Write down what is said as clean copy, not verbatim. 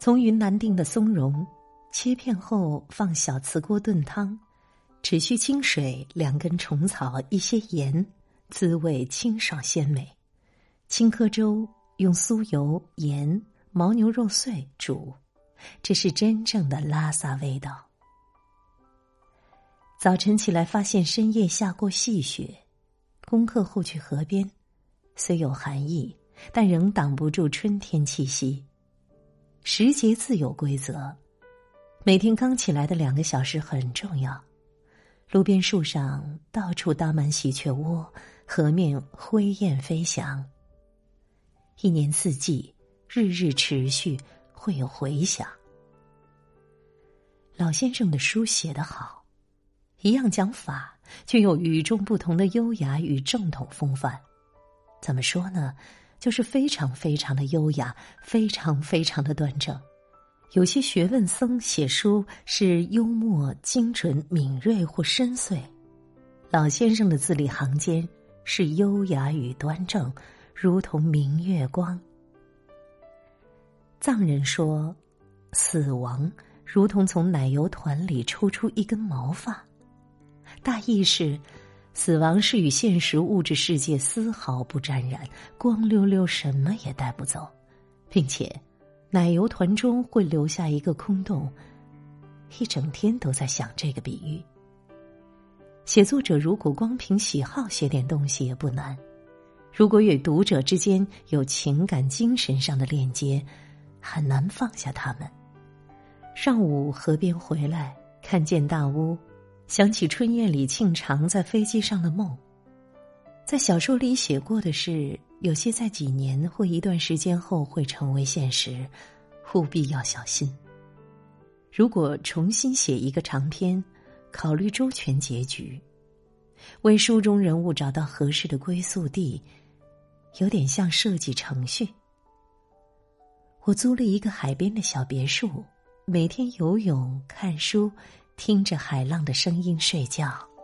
从云南订的松茸，切片后放小瓷锅炖汤，只需清水、2根虫草、一些盐，滋味清爽鲜美。青稞粥用酥油、盐、牦牛肉碎煮，这是真正的拉萨味道。早晨起来发现深夜下过细雪，功课后去河边，虽有寒意，但仍挡不住春天气息。时节自有规则，每天刚起来的2个小时很重要。路边树上到处搭满喜鹊窝，河面灰雁飞翔。一年四季，日日持续，会有回响。老先生的书写得好，一样讲法，却有与众不同的优雅与正统风范。怎么说呢？就是非常非常的优雅，非常非常的端正。有些学问僧写书是幽默、精准、敏锐或深邃，老先生的字里行间是优雅与端正，如同明月光。藏人说，死亡如同从奶油团里抽出一根毛发，大意是死亡是与现实物质世界丝毫不沾染，光溜溜什么也带不走，并且奶油团中会留下一个空洞。一整天都在想这个比喻。写作者如果光凭喜好写点东西也不难，如果与读者之间有情感精神上的链接，很难放下他们。上午河边回来，看见大屋，想起春夜里庆长在飞机上的梦。在小说里写过的事，有些在几年或一段时间后会成为现实，务必要小心。如果重新写一个长篇，考虑周全结局，为书中人物找到合适的归宿地，有点像设计程序。我租了一个海边的小别墅，每天游泳、看书，听着海浪的声音睡觉。